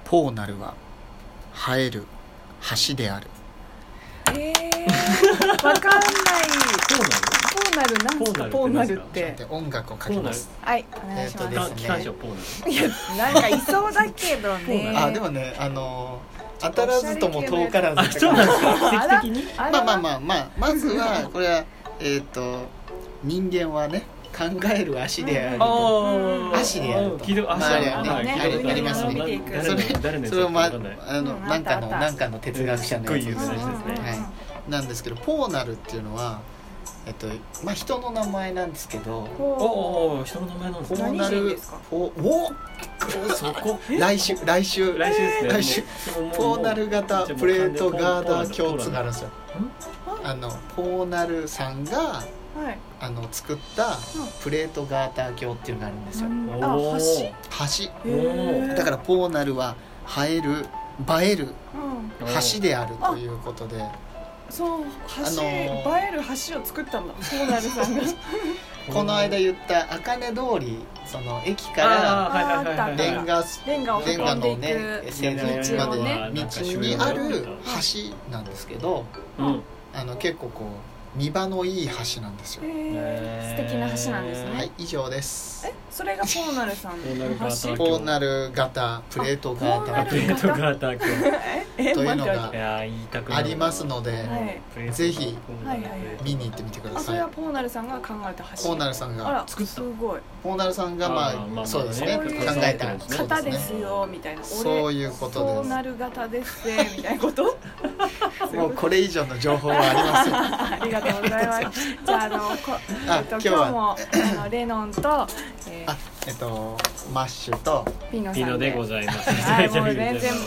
ポーナルは生える橋である。 わかんない。ポーナルなんですか？ポーナルって音楽をかけます。 はい、お願いします。 機関車ポーナル。 いや、なんかいそうだけどね。 あ、でもね、当たらずとも遠からずってそうなんですか？奇跡的に。 まずはこれは人間はね、考える足であると、足であると、ありますね。それをなんかの哲学者のやつですね。なんですけど、ポーナルっていうのは人の名前なんですけど、 人の名前なんですか？ ポーナル、そこ来週ですね。ポーナル型プレートガーダー鏡ってがあるんですよ。ポーナルさんが作ったプレートガーター鏡っていうのがあるんですよ。橋だからポーナルは映える橋であるということで、 そう、映える橋を作ったんだ、ポーナルさんが。 この間言った茜通り、その駅からレンガのね道まで道にある橋なんですけど、結構こう見場のいい橋なんですよ。 素敵な橋なんですね。 はい、以上です。 それがポーナルさんの橋。 ポーナル型プレートガーター鏡というのがありますので、ぜひ見に行ってみてください。 それはポーナルさんが考えた橋。 ポーナルさんが作った。すごい。 ポーナルさんがそうですね、考えた型ですよみたいな。 そういうことです。 ポーナル型ですねみたいなこと。 もうこれ以上の情報はありません。 ありがとうございます。じゃあ今日もレノンとマッシュとピノでございます。 もう全然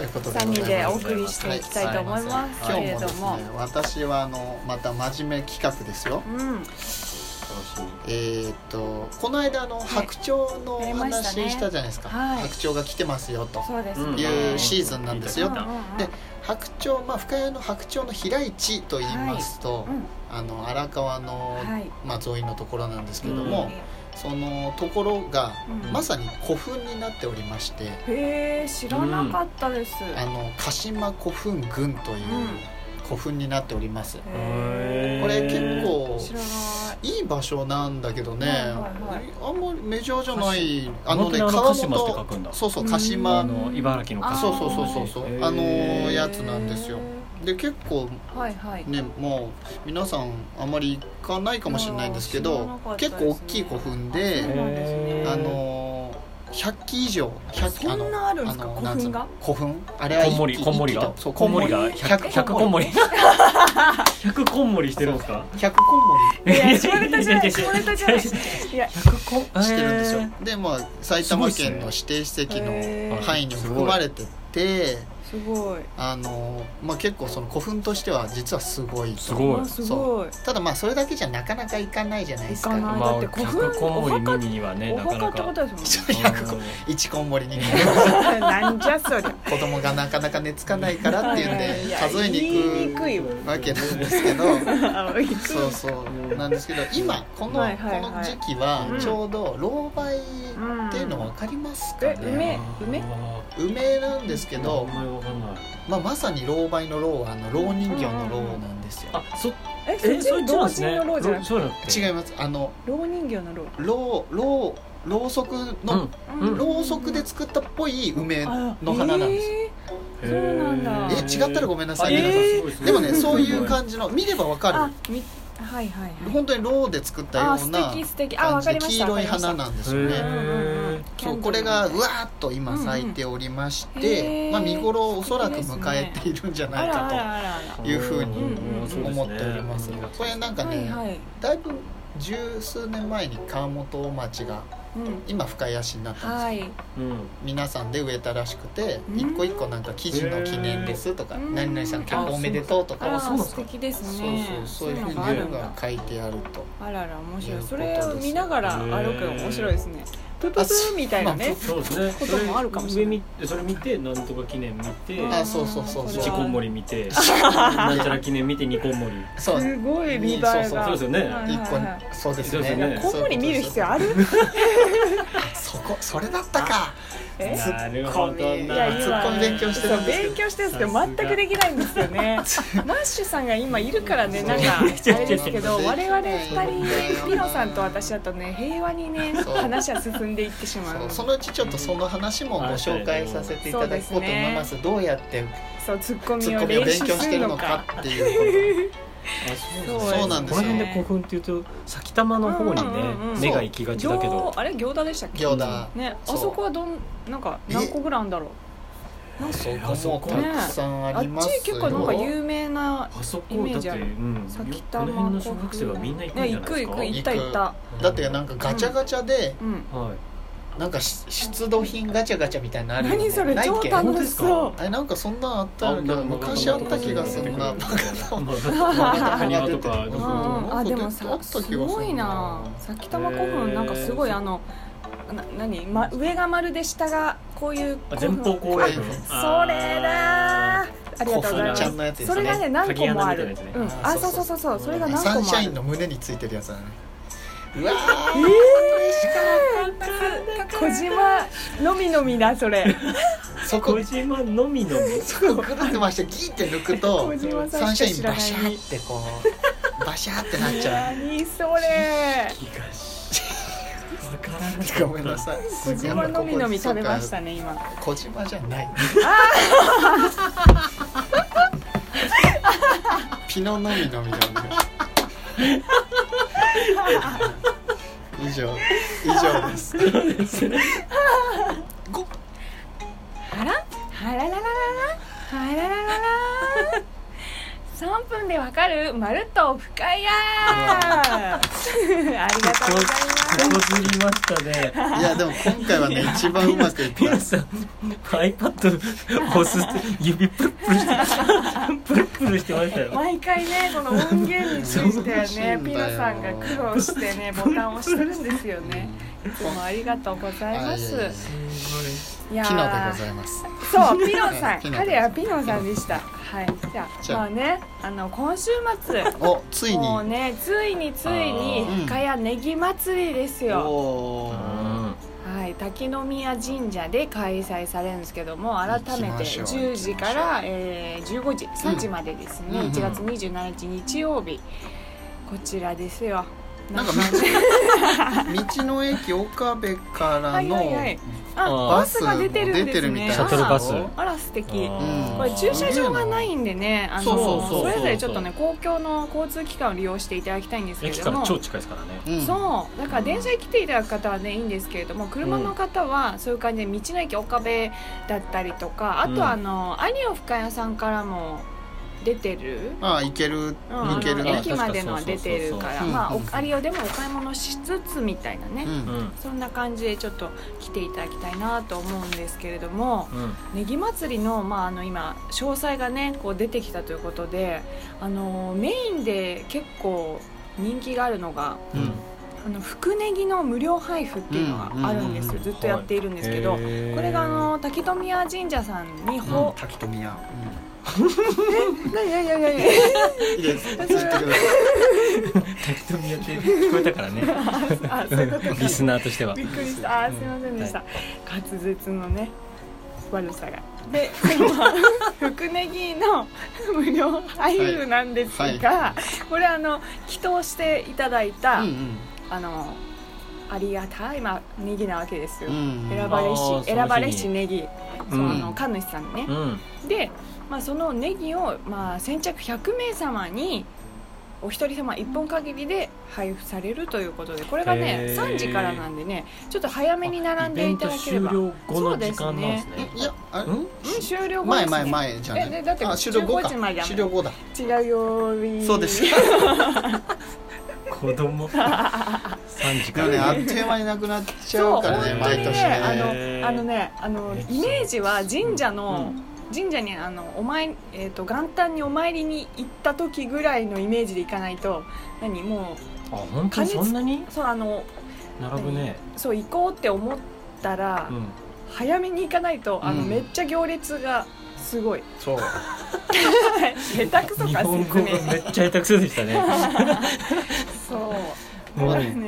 3人でお送りしていきたいと思いますけれども、 私はまた真面目企画ですよ。この間白鳥の話したじゃないですか。白鳥が来てますよというシーズンなんですよ。で、白鳥、深谷の白鳥の飛来地と言いますと、荒川の沿いのところなんですけども、そのところがまさに古墳になっておりまして、 知らなかったです。 鹿島古墳群という古墳になっております。これ結構いい場所なんだけどね、あんまりメジャーじゃない。 鹿島って書くんだ。 そうそう、鹿島、 茨城の鹿島、そうやつなんですよ。で、結構ね、もう皆さんあまり行かないかもしれないんですけど、結構大きい古墳で、100基以上、 そんなあるんですか？ 古墳あれはこんもりが100こんもり100こんもりしてるんですか ？100こんもり、 いや、下ネタじゃない、下ネタじゃない、いや、 100こしてるんですよ。で、埼玉県の指定史跡の範囲に含まれてて、 すごい。 結構その古墳としては実はすごい。 すごい。 ただそれだけじゃなかなか行かないじゃないですか。 だって古墳、 100こんもり見にはね、なかなか 1こんもりになんじゃそりゃ。 子供がなかなか寝つかないからっていうんで数えに行くわけなんですけど、そうなんですけど、今この時期はちょうど老梅っていうの分かりますかね？梅なんですけど、まさに老梅の老は老人形の老なんですよ。 そっち老人の老じゃなくて？ 違います。 老人形の老。 ろうそくで作ったっぽい梅の花なんですよ。 そうなんだ。 違ったらごめんなさい。でもね、そういう感じの、見ればわかる。本当にろうで作ったような感じで黄色い花なんですよね。これがうわーっと今咲いておりまして、見頃をおそらく迎えているんじゃないかというふうに思っております。これなんかね、だいぶ十数年前に川本町が今深谷市になったんですけど、皆さんで植えたらしくて、一個一個なんか記事の記念ですとか、何々さん結婚おめでとうとか、 素敵ですね。 そういうふうにが書いてあると。 あらら、面白い。それを見ながら歩くの面白いですね。プププみたいなね、 そうですね、 こともあるかもしれない。 それ見て、なんとか記念見て、 1 こんもり見て、なんちゃら記念見て2こんもり。 すごい見栄えが。 そうですよね。 そうですね。 こんもり見る必要ある？ そそれだったか。 なるほどな。 ツッコミ勉強してるんですけど、 勉強してるんですけど全くできないんですよね。マッシュさんが今いるからね、なんかあれですけど、我々2人ピノさんと私だとね、平和にね話は進んでいってしまう。 そのうちちょっとその話もご紹介させていただこうと思います。どうやってツッコミを勉強してるのかっていうそうなんですよ。 この辺で古墳っていうと埼玉の方にね目が行きがちだけど、 あれ行田でしたっけ？ 行田ね、あそこはなんか何個ぐらいあるんだろう。 あそこもたくさんありますよ。 あっち結構なんか有名なイメージある。 埼玉の小学生はみんな行くんじゃないですか。 行った。 だってなんかガチャガチャでなんか出土品ガチャガチャみたいなのあるよね。 何それ超楽しそう。 あれなんかそんなあったけど昔あった気がするな。 埴輪とか。 あでもさすごいな。埼玉古墳なんかすごい上が丸で下がこういう前方後円墳。 それだ。ありがとうございます。それがね何個もある。あそうそれが何個もある。 サンシャインの胸についてるやつだね。うわ小島のみのみだそれ。 小島のみのみ。 そこくるってましてギーって抜くとサンシャインバシャーってこうバシャーってなっちゃう。 何それ。 ごめんなさい。 小島のみのみ食べましたね今。 小島じゃない。ピノのみのみだね。以上です。 あらはららららはらららら3分でわかるまるっと深谷ありがとうございます。 こずりましたね。 いやでも今回はね一番うまくいった。 皆さん iPad 押す指プルプルしてましたよ。 毎回ねこの音源についてねピノさんが苦労してねボタンを押してるんですよね。いつもありがとうございます。 ピノでございます。 そうピノさん彼はピノさんでした。はい、じゃあまあね今週末ついにもうねついに深谷ねぎ祭りですよ。はい、滝宮神社で開催されるんですけども、改めて10時から、15時3時までですね、1月27日日曜日こちらですよ。 なんか道の駅岡部からのバスが出てるんですね。 シャトルバス。 あら素敵。これ駐車場がないんでね、それぞれちょっとね公共の交通機関を利用していただきたいんですけれども、 駅から超近いですからね。 そうだから電車に来ていただく方はねいいんですけれども、車の方はそういう感じで道の駅岡部だったりとか、あとアニオ深谷さんからも出てる、 行ける駅までのは出てるから、まあアリオでもお買い物しつつみたいなね、そんな感じでちょっと来ていただきたいなと思うんですけれども、ねぎ祭りの、今詳細がねこう出てきたということで、メインで結構人気があるのが、福ネギの無料配布っていうのがあるんですよ。ずっとやっているんですけど、これが滝宮神社さんに滝宮何いいです言ってください。 滝宮って聞こえたからね。リスナーとしてはびっくりした。すいませんでした。滑舌のね悪さがで福ネギの無料配布なんですが、これ祈祷していただいたありがたいネギなわけですよ。選ばれしネギ、神主さんね。でそのネギを先着100名様にお一人様1本限りで配布されるということで、これがね3時からなんでね、ちょっと早めに並んでいただければ。 終了後の時間なんですね。 いや終了後前じゃない。 だって終了後か。終了後だ。 違うよそうです。 子供3時からね、あっという間になくなっちゃうからね、毎年ね。 イメージは神社に元旦にお参りに行った時ぐらいのイメージで行かないと、もう本当にそんなに並ぶね。 そう行こうって思ったら、早めに行かないとめっちゃ行列がすごい。 そう下手くそか。 日本語がめっちゃ下手くそでしたね。 そうこれね、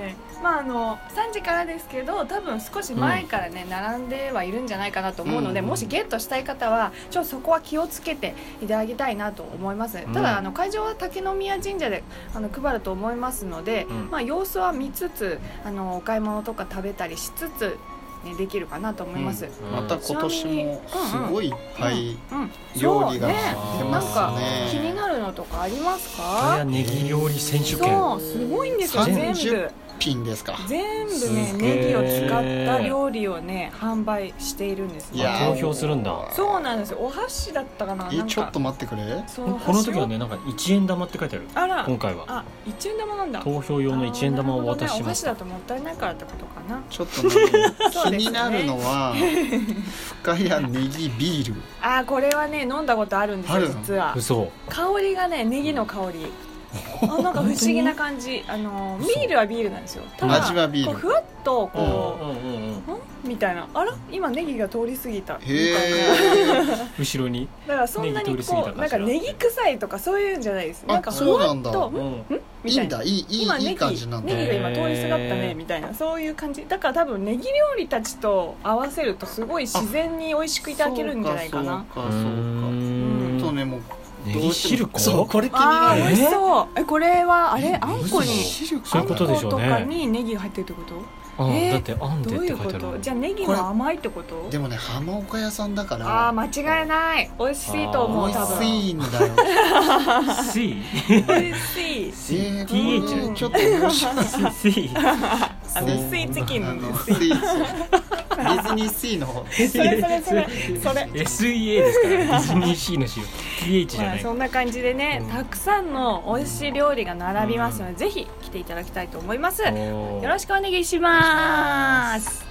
3時からですけど多分少し前からね、並んではいるんじゃないかなと思うので、もしゲットしたい方はちょっとそこは気をつけていただきたいなと思います。ただ会場は滝宮神社で配ると思いますので、様子は見つつお買い物とか食べたりしつつできるかなと思います。 また今年もすごいいっぱい料理が出ますね。 なんか気になるのとかありますか？ ネギ料理選手権。 そうすごいんですよ。全部品ですか？ 全部ねネギを使った料理をね販売しているんですね。 投票するんだ。 そうなんですよ。お箸だったかな。 ちょっと待ってくれ。 この時はねなんか1円玉って書いてある。 あら今回は 1円玉なんだ。 投票用の1円玉を渡しました。 お箸だともったいないからってことかな。 ちょっとね気になるのは深谷ネギビール。 これはね飲んだことあるんですよ実は。 嘘。 香りがねネギの香り。なんか不思議な感じ。ビールはビールなんですよ。 味はビール。 ふわっとみたいな。今ネギが通り過ぎた。 後ろに。 だからそんなになんかネギ臭いとかそういうんじゃないです。なんかふわっといいんだ。いい感じなんだ。 ネギが今通り過がったねみたいなそういう感じ。だから多分ネギ料理たちと合わせるとすごい自然に美味しくいただけるんじゃないかな。 そうか。とねもう。 ネギシルク。 そうこれ気になる。 美味しそう。これはあんこにそういうことでしょうね。 あんことかにネギが入ってるってこと？ だってあんでって書いてある。 どういうこと？じゃあネギも甘いってこと？ でもね浜岡屋さんだから間違いない。美味しいと思う。多分美味しいんだよ。 C？ 美味しい。 TH？ ちょっと面白い。 C？ スイーツキンのスイーツディズニーシーの方。 それ SEA ですからディズニーシーの C TH じゃない。 そんな感じでねたくさんの美味しい料理が並びますのでぜひ来ていただきたいと思います。よろしくお願いします。